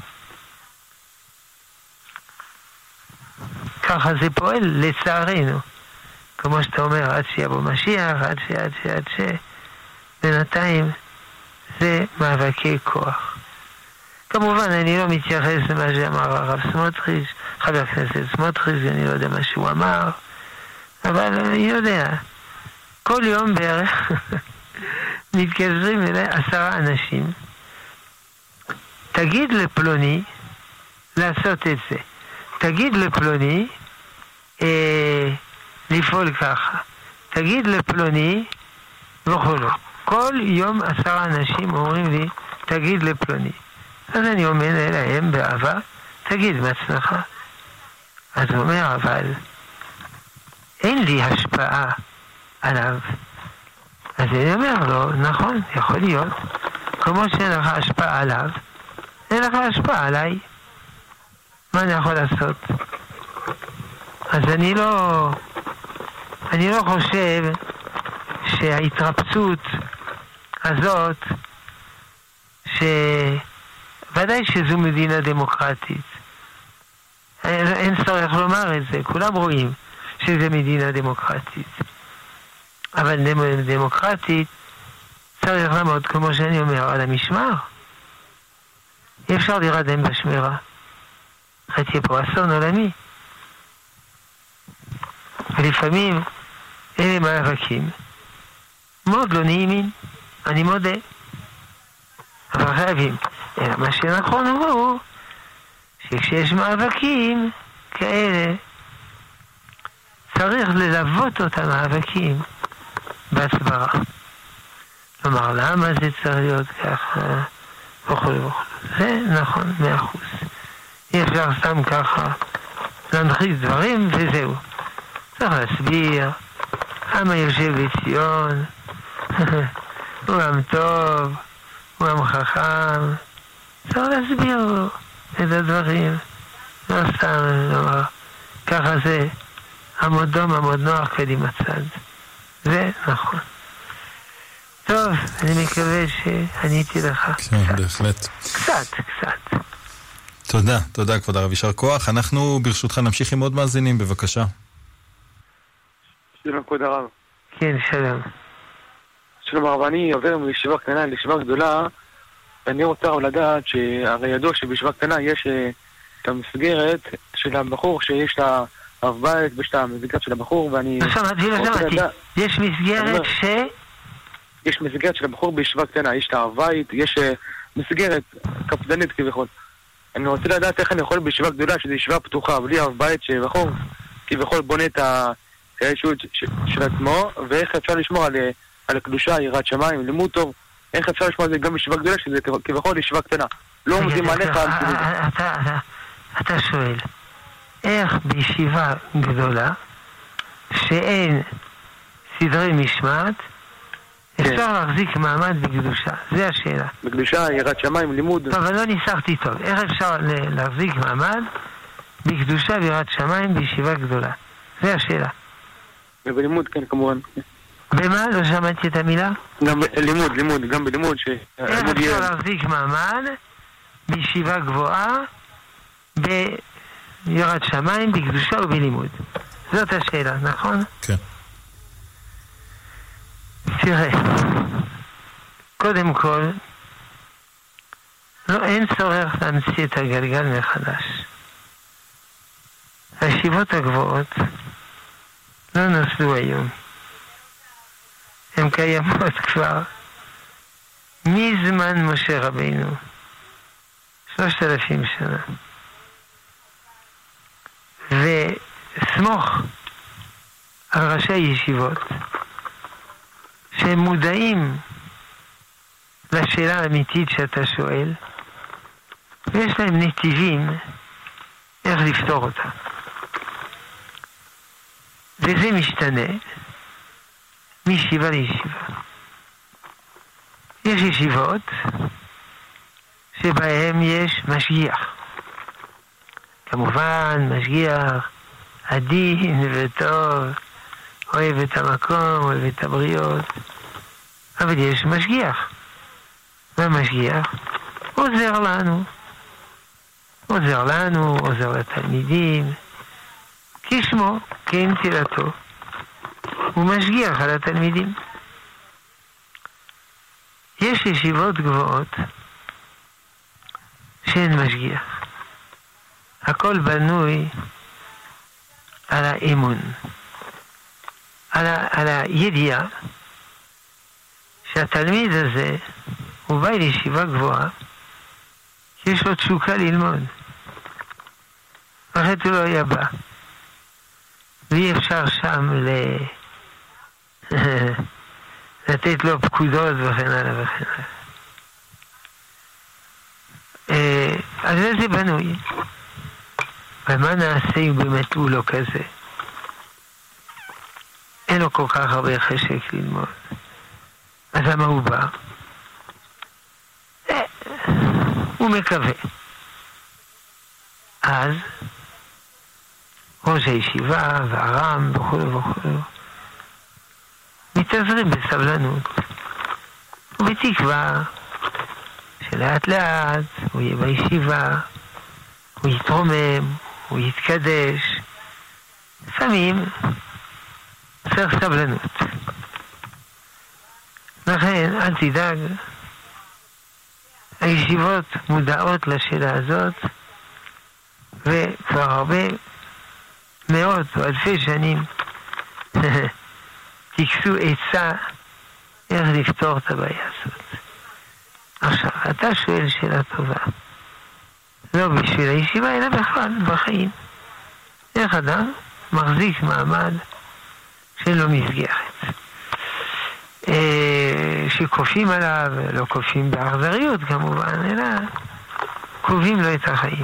ככה זה פועל לצערנו. כמו שאתה אומר, עד שיבוא משיח, עד ש... עד ש... עד ש... בינתיים זה מאבקי כוח. כמובן, אני לא מתייחס למה שאמר הרב סמוטריץ', חבר הכנסת סמוטריץ', אני לא יודע מה שהוא אמר, אבל אני יודע, כל יום בערך מתקשרים אליי עשרה אנשים, תגיד לפלוני לעשות את זה, תגיד לפלוני אה, לפעול ככה, תגיד לפלוני וכו'. כל יום עשרה אנשים אומרים לי, תגיד לפלוני. אז אני אומר להם באהבה, תגיד מעצמך. אז הוא אומר, אבל אין לי השפעה עליו. אז אני אומר לו, נכון, יכול להיות. כמו שאין לך השפעה עליו, אין לך השפעה עליי. מה אני יכול לעשות? אז אני לא, אני לא חושב שההתרפצות הזאת, שוודאי שזו מדינה דמוקרטית. אין, אין צורך לומר את זה, כולם רואים שזו מדינה דמוקרטית. אבל דמוקרטית צריך לעמוד, כמו שאני אומר, על המשמר. אי אפשר להירדם בשמירה. תהיה פה אסון עולמי. ולפעמים אלה מאבקים מאוד לא נעימים, אני מודה. אבל חייבים. אלא מה שנכון הוא שכשיש מאבקים כאלה, צריך ללוות את המאבקים בהסברה. כלומר, למה זה צריך להיות ככה וכו' וכו'. זה נכון, מאה אחוז. אי אפשר סתם ככה להנחיל דברים וזהו. צריך להסביר, עם היושב בציון, הוא עם טוב, הוא עם חכם, צריך להסביר לו את הדברים, לא סתם לומר, ככה זה עמוד דום, עמוד נוח, קדימה צד. זה נכון. טוב, אני מקווה שעניתי לך. כן, בהחלט. קצת, קצת. תודה, תודה כבוד הרב, יישר כוח. אנחנו ברשותך נמשיך עם עוד מאזינים, בבקשה. שלום כבוד הרב. כן, שלום. שלום הרב, אני עובר מישיבה קטנה לישיבה גדולה, ואני רוצה לדעת שהרי ידוע שבשיבה קטנה יש את המסגרת של הבחור שיש לה אב בית ויש את המסגרת של הבחור, ואני... לא שמעתי, לא שמעתי. יש מסגרת ש... יש מסגרת של הבחור בישיבה קטנה, יש את האב בית, יש מסגרת קפדנית כביכול. אני רוצה לדעת איך אני יכול בישיבה גדולה, שזו ישיבה פתוחה, בלי אב בית שבחור כביכול בונה את הישות של עצמו, ואיך אפשר לשמור על, על הקדושה, יראת שמיים, לימוד טוב, איך אפשר לשמור על זה גם בישיבה גדולה, שזה כביכול ישיבה קטנה. לא עומדים עליך... אתה שואל, איך בישיבה גדולה, שאין סדרי משמעת, אפשר להחזיק מעמד בקדושה? זה השאלה. בקדושה, יראת שמיים, לימוד... טוב, אבל לא ניסחתי טוב. איך אפשר להחזיק מעמד בקדושה ויראת שמיים בישיבה גדולה? זה השאלה. ובלימוד, כן, כמובן. במה? לא שמעתי את המילה? גם בלימוד, לימוד, גם בלימוד. ש... איך אפשר להחזיק מעמד בישיבה גבוהה ביראת שמיים, בקדושה ובלימוד? זאת השאלה, נכון? כן. תראה, קודם כל, לא, אין צורך להמציא את הגלגל מחדש. הישיבות הגבוהות לא נוסדו היום. הן קיימות כבר מזמן משה רבינו, שלושת אלפים שנה. וסמוך על ראשי ישיבות שהם מודעים לשאלה האמיתית שאתה שואל, ויש להם נתיבים איך לפתור אותה. וזה משתנה מישיבה לישיבה. יש ישיבות שבהם יש משגיח. כמובן, משגיח עדין וטוב, אוהב את המקום, אוהב את הבריות, אבל יש משגיח. והמשגיח עוזר לנו. עוזר לנו, עוזר לתלמידים, כשמו, כנטילתו. הוא משגיח על התלמידים. יש ישיבות גבוהות שאין משגיח. הכל בנוי על האמון, על, ה, על הידיעה שהתלמיד הזה הוא בא לישיבה גבוהה כי יש לו תשוקה ללמוד. אחרת הוא לא היה בא. ואי אפשר שם ל... לתת לו פקודות וכן הלאה וכן הלאה. אז זה בנוי. ומה נעשה אם באמת הוא לא כזה? אין לו כל כך הרבה חשק ללמוד. אז למה הוא בא? הוא מקווה. אז ראש הישיבה והרם וכו' וכו' מתעזרים בסבלנות ובתקווה שלאט לאט הוא יהיה בישיבה, הוא יתרומם, הוא יתקדש. לפעמים צריך סבלנות. לכן אל תדאג, הישיבות מודעות לשאלה הזאת, וכבר הרבה מאות או אלפי שנים תקסו עצה איך לפתור את הבעיה הזאת. עכשיו, אתה שואל שאלה טובה, לא בשביל הישיבה, אלא בכלל, בחיים. איך אדם מחזיק מעמד שלא מסגרת. שכופים עליו, לא כופים באכזריות כמובן, אלא קובעים לו את החיים.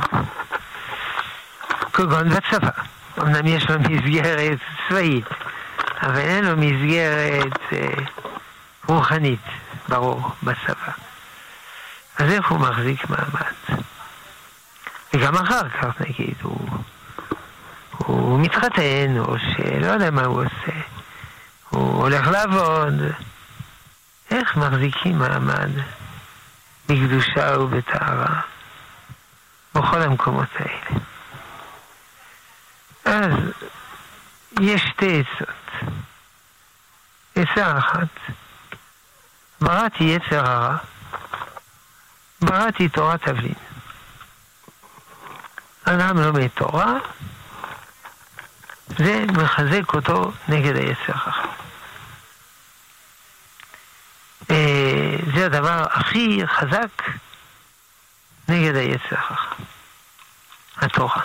כגון בצבא. אמנם יש לו מסגרת צבאית, אבל אין לו מסגרת אה, רוחנית, ברור, בצבא. אז איך הוא מחזיק מעמד? וגם אחר כך, נגיד, הוא, הוא מתחתן, או שלא יודע מה הוא עושה. הוא הולך לעבוד. איך מחזיקים מעמד בקדושה ובטהרה בכל המקומות האלה? אז יש שתי עצות. עצה אחת, בראתי יצר הרע, בראתי תורת תבלין. אדם לומד תורה, זה מחזק אותו נגד היצר הרע. זה הדבר הכי חזק נגד היצר הרע, התורה.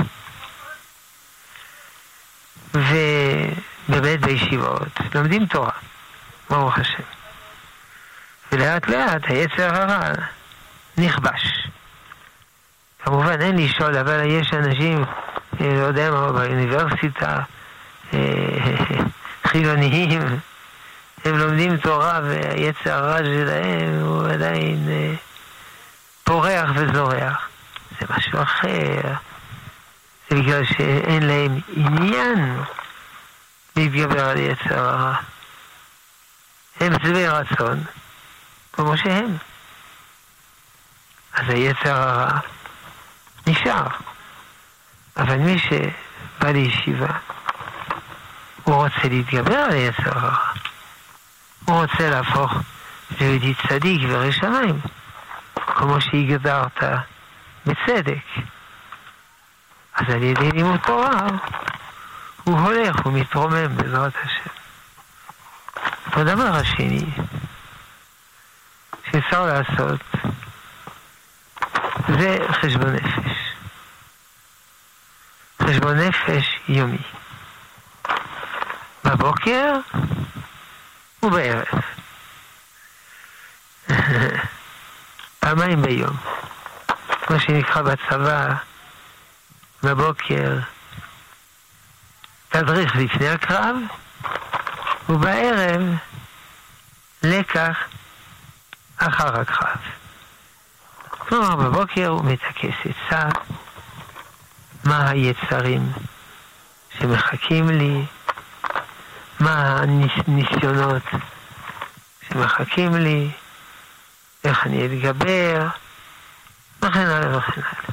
ובאמת בישיבות לומדים תורה, ברוך השם. ולאט לאט היצר הרע נכבש. כמובן אין לשאול, אבל יש אנשים, לא יודע מה, באוניברסיטה, חילוניים, הם לומדים תורה והיצר הרע שלהם הוא עדיין פורח וזורח. זה משהו אחר. זה בגלל שאין להם עניין להתגבר על יצר הרע. הם שבעי רצון, כמו שהם. אז היצר הרע נשאר. אבל מי שבא לישיבה, הוא רוצה להתגבר על יצר הרע. הוא רוצה להפוך ליהודי צדיק וירא שמיים, כמו שהגדרת בצדק. אז על ידי לימוד תורה הוא הולך ומתרומם בעזרת השם. הדבר השני שאפשר לעשות זה חשבון נפש. חשבון נפש יומי. בבוקר ובערב. פעמיים ביום. מה שנקרא בצבא, בבוקר, תדריך לפני הקרב, ובערב, לקח אחר הקרב. כלומר, בבוקר הוא מתעקש עצה, מה היצרים שמחכים לי, מה הניסיונות שמחכים לי, איך אני אתגבר, וכן הלאה וכן הלאה.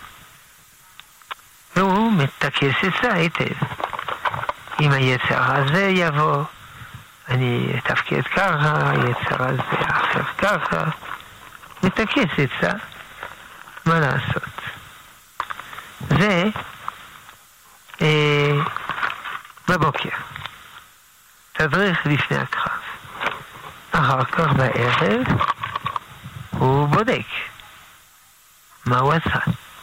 והוא מתעקש עצה היטב. אם היצר הזה יבוא, אני אתפקד ככה, היצר הזה עכשיו ככה, מתעקש עצה, מה לעשות? זה אה, בבוקר. תדריך לפני הקרב. אחר כך בערב הוא בודק מה הוא עשה.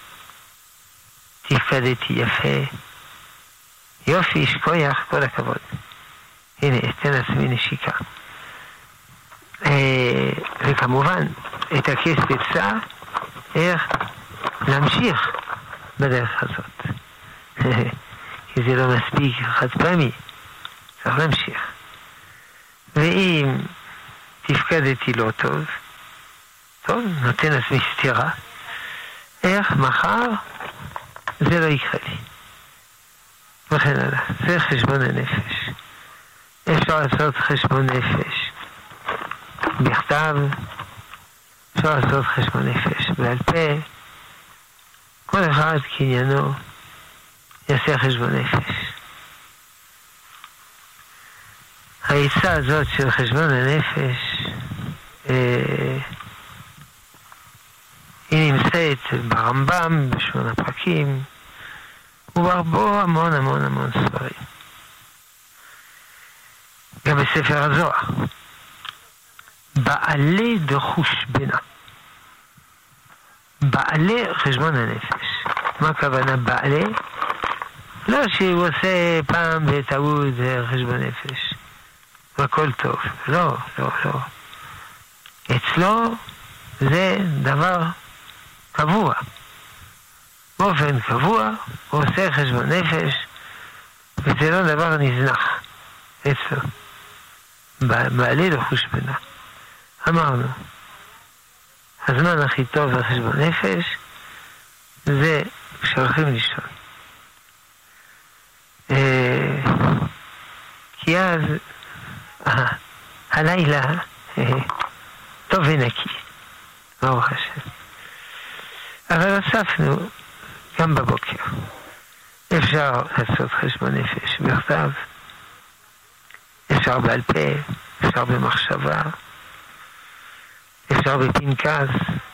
תפקדתי יפה, יופי, שכוייך, כל הכבוד. הנה, אתן עצמי נשיקה. אה, וכמובן, את הכס תצא, איך להמשיך בדרך הזאת. כי זה לא מספיק חד פעמי, צריך להמשיך. ואם תפקדתי לא טוב, טוב, נותן עצמי סתירה, איך מחר זה לא יקרה לי. וכן הלאה, זה חשבון הנפש. אפשר לעשות חשבון נפש בכתב, אפשר לעשות חשבון נפש בעל פה, כל אחד כעניינו יעשה חשבון נפש. העצה הזאת של חשבון הנפש אה, היא נמצאת ברמב"ם בשמונה פרקים ובהרבה המון המון המון ספרים. גם בספר הזוהר. בעלי דחוש בינה. בעלי חשבון הנפש. מה הכוונה בעלי? לא שהוא עושה פעם בטעות חשבון נפש. והכל טוב. לא, לא, לא. אצלו זה דבר קבוע. באופן קבוע הוא עושה חשבון נפש, וזה לא דבר נזנח אצלו. בעלי לחוש בינה. אמרנו, הזמן הכי טוב לחשבון נפש זה כשהולכים לישון. כי אז הלילה טוב ונקי, ברוך השם. אבל הוספנו גם בבוקר. אפשר לעשות חשבון נפש בכתב, אפשר בעל פה, אפשר במחשבה, אפשר בפנקס.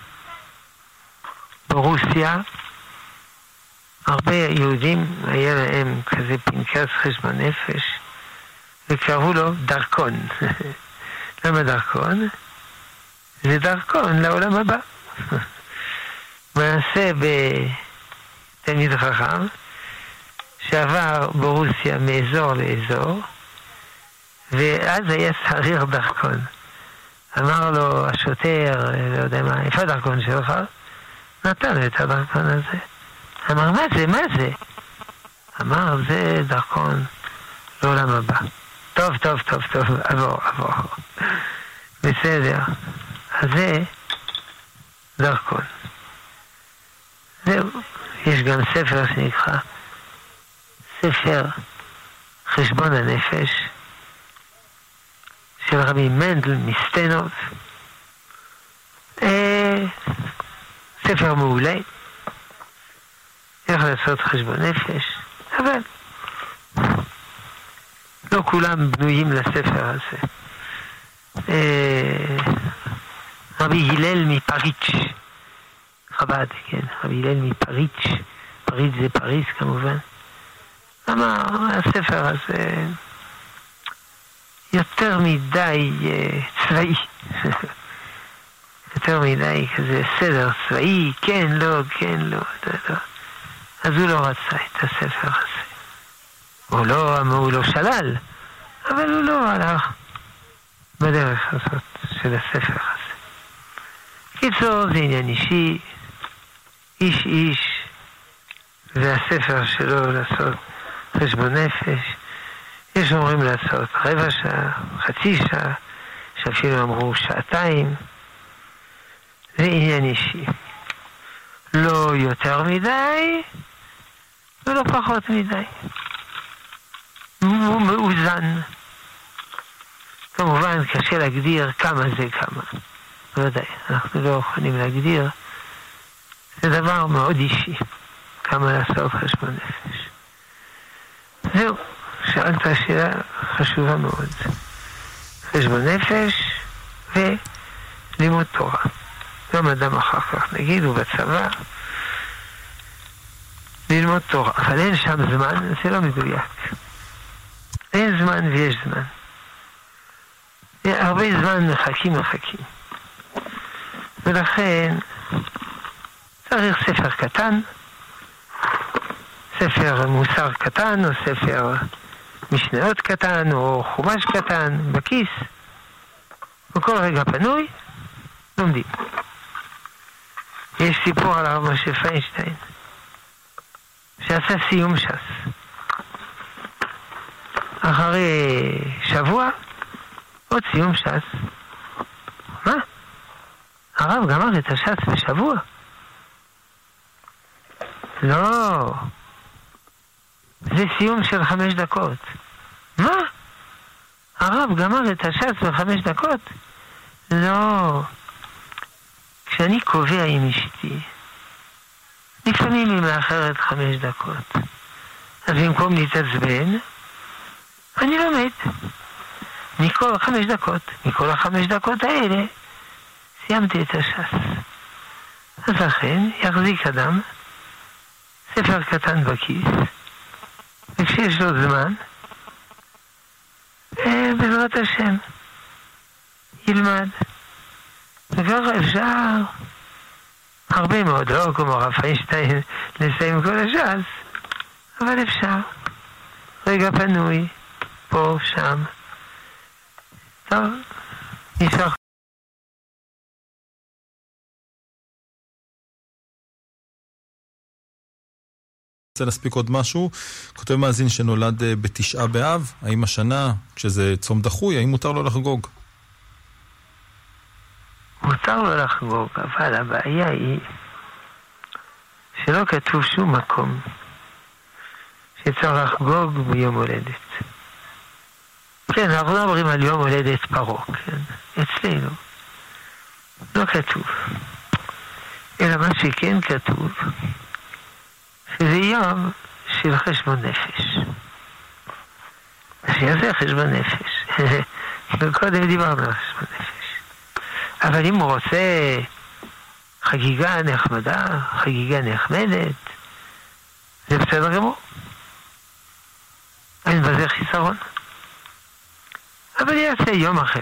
ברוסיה הרבה יהודים היה להם כזה פנקס חשבון נפש וקראו לו דרכון. למה דרכון? זה דרכון לעולם הבא. מעשה בתלמיד חכם שעבר ברוסיה מאזור לאזור, ואז היה שריר דרכון. אמר לו השוטר, לא יודע מה, איפה הדרכון שלך? נתן לו את הדרכון הזה. אמר, מה זה, מה זה? אמר, זה דרכון לעולם הבא. טוב, טוב, טוב, טוב, עבור, עבור. בסדר. אז זה דרכון. זהו. יש גם ספר שנקרא ספר חשבון הנפש של רבי מנדל מסטנוב. אה, ספר מעולה. איך לעשות חשבון נפש. אבל לא כולם בנויים לספר הזה. אה, רבי הלל מפריץ', חב"ד, כן, רבי הלל מפריץ', פריץ' זה פריס כמובן. אמר, הספר הזה יותר מדי uh, צבאי. יותר מדי כזה סדר צבאי, כן, לא, כן, לא, לא, לא. אז הוא לא רצה את הספר הזה. הוא לא, הוא לא שלל, אבל הוא לא הלך בדרך הזאת של הספר הזה. קיצור, זה עניין אישי, איש איש, והספר שלו לעשות חשבון נפש. יש אומרים לעשות רבע שעה, חצי שעה, שאפילו אמרו שעתיים. זה עניין אישי. לא יותר מדי ולא פחות מדי. הוא מאוזן. כמובן קשה להגדיר כמה זה כמה. ודאי, אנחנו לא יכולים להגדיר. זה דבר מאוד אישי. כמה לעשות חשבון נפש. זהו, שאלת שאלה חשובה מאוד. חשבון נפש ולימוד תורה. גם אדם אחר כך, נגיד, הוא בצבא, ללמוד תורה. אבל אין שם זמן, זה לא מדויק. אין זמן ויש זמן. הרבה זמן מחכים מחכים. ולכן צריך ספר קטן, ספר מוסר קטן, או ספר משניות קטן, או חומש קטן, בכיס. וכל רגע פנוי, לומדים. יש סיפור על הרב משה פיינשטיין, שעשה סיום ש"ס. אחרי שבוע, עוד סיום ש"ס. מה? הרב גמר את הש"ס בשבוע? לא. זה סיום של חמש דקות. מה? הרב גמר את הש"ס בחמש דקות? לא. כשאני קובע עם אשתי, לפעמים היא מאחרת חמש דקות. אז במקום להתעצבן, אני לומד. מכל חמש דקות, מכל החמש דקות האלה, סיימתי את הש"ס. אז לכן, יחזיק אדם, ספר קטן בכיס, וכשיש לו זמן, בעזרת השם, ילמד. וככה אפשר הרבה מאוד, לא כמו הרב פיינשטיין לסיים כל הש"ס, אבל אפשר. רגע פנוי, פה, שם. טוב, נשאר. רוצה להספיק עוד משהו? כותב מאזין שנולד בתשעה באב, האם השנה, כשזה צום דחוי, האם מותר לו לחגוג? מותר לו לחגוג, אבל הבעיה היא שלא כתוב שום מקום שצריך לחגוג ביום הולדת. כן, אנחנו לא אומרים על יום הולדת פרעה, כן? אצלנו. לא כתוב. אלא מה שכן כתוב, שזה יום של חשבון נפש. שיעשה חשבון נפש. קודם דיברנו על חשבון נפש. אבל אם הוא רוצה חגיגה נחמדה, חגיגה נחמדת, זה בסדר גמור. אין בזה חיסרון. אבל יעשה יום אחר.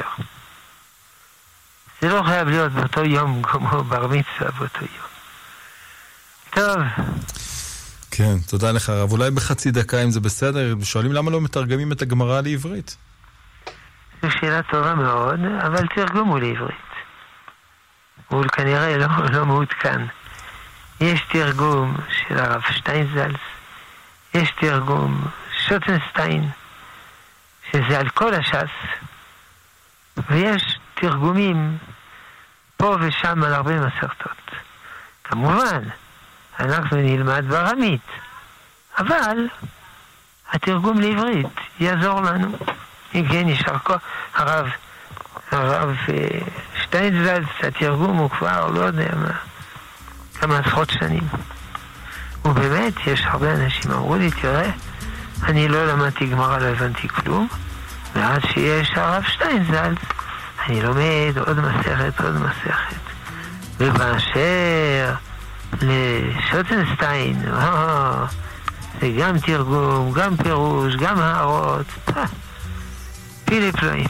זה לא חייב להיות באותו יום כמו בר מצווה באותו יום. טוב. כן, תודה לך רב. אולי בחצי דקה אם זה בסדר, שואלים למה לא מתרגמים את הגמרא לעברית? זו שאלה טובה מאוד, אבל תרגום הוא לעברית. הוא כנראה לא, לא מעודכן. יש תרגום של הרב שטיינזלץ, יש תרגום שוטנשטיין, שזה על כל הש"ס, ויש תרגומים פה ושם על הרבה מסכתות. כמובן, אנחנו נלמד בארמית, אבל התרגום לעברית יעזור לנו. אם כן, נשאר כל הרב, הרב שטיינזלץ, התרגום הוא כבר, לא יודע מה, כמה עשרות שנים. ובאמת, יש הרבה אנשים אמרו לי, תראה, אני לא למדתי גמרא, לא הבנתי כלום, ואז שיש הרב שטיינזלץ, אני לומד עוד מסכת, עוד מסכת. ובאשר לשוטנשטיין, או, זה גם תרגום, גם פירוש, גם הערות, פילי פלואים.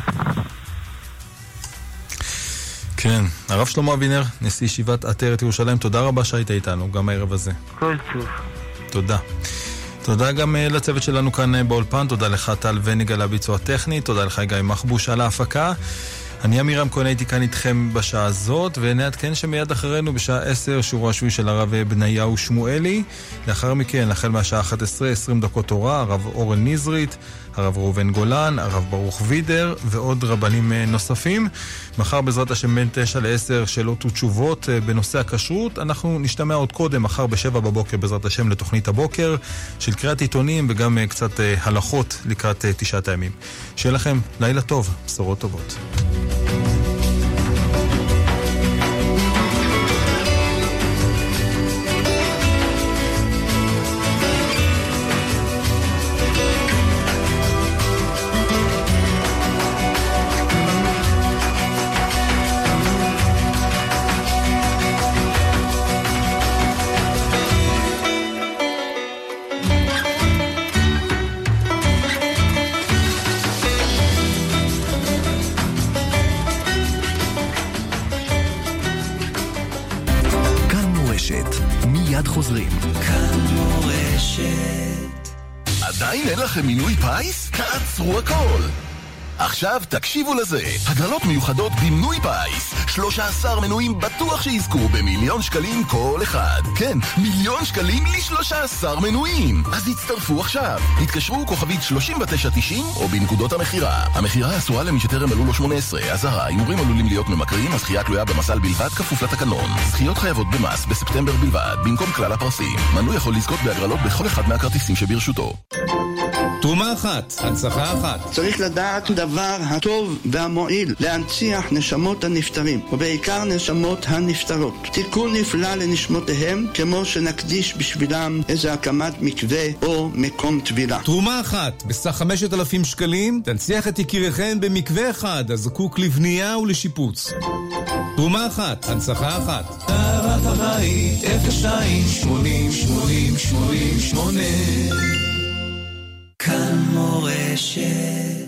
כן, הרב שלמה אבינר, נשיא ישיבת עטרת ירושלים, תודה רבה שהיית איתנו, גם הערב הזה. כל טוב. תודה. תודה גם לצוות שלנו כאן באולפן, תודה לך טל וניג על הביצוע הטכני, תודה לך גיא מחבוש על ההפקה. אני אמירם כהן, הייתי כאן איתכם בשעה הזאת, ונעדכן שמיד אחרינו בשעה עשר שיעורו השבועי של הרב בניהו שמואלי. לאחר מכן, החל מהשעה אחת עשרה, עשרים דקות תורה, הרב אורן נזרית, הרב ראובן גולן, הרב ברוך וידר ועוד רבנים נוספים. מחר בעזרת השם בין תשע לעשר שאלות ותשובות בנושא הכשרות. אנחנו נשתמע עוד קודם, מחר בשבע בבוקר בעזרת השם לתוכנית הבוקר של קריאת עיתונים וגם קצת הלכות לקראת תשעת הימים. שיהיה לכם לילה טוב, בשורות טובות. חוזרים. כאן מורשת. עדיין אין לכם מינוי פייס? תעצרו הכל. עכשיו תקשיבו לזה. הגרלות מיוחדות במנוי פייס. שלושה עשר מנויים בטוח שיזכו במיליון שקלים כל אחד. כן, מיליון שקלים ל-שלושה עשר מנויים. אז הצטרפו עכשיו. התקשרו כוכבית שלושים ותשע תשעים או בנקודות המחירה. המחירה אסורה למי שטרם מלאו לו שמונה עשרה. הזהרה, הימורים עלולים להיות ממכרים, הזכייה תלויה במזל בלבד כפוף לתקנון. זכיות חייבות במס בספטמבר בלבד, במקום כלל הפרסים. מנוי יכול לזכות בהגרלות בכל אחד מהכרטיסים שברשותו. תרומה אחת, הנצחה אחת. צריך לדעת דבר הטוב והמועיל, להנציח נשמות הנפטרים, ובעיקר נשמות הנפטרות. תיקון נפלא לנשמותיהם, כמו שנקדיש בשבילם איזה הקמת מקווה או מקום טבילה. תרומה אחת, בסך חמשת אלפים שקלים, תנציח את יקיריכם במקווה אחד, הזקוק לבנייה ולשיפוץ. תרומה אחת, הנצחה אחת. תארת הבית, אפס שתיים שמונים שמונים שמונים שמונה. כאן מורשת.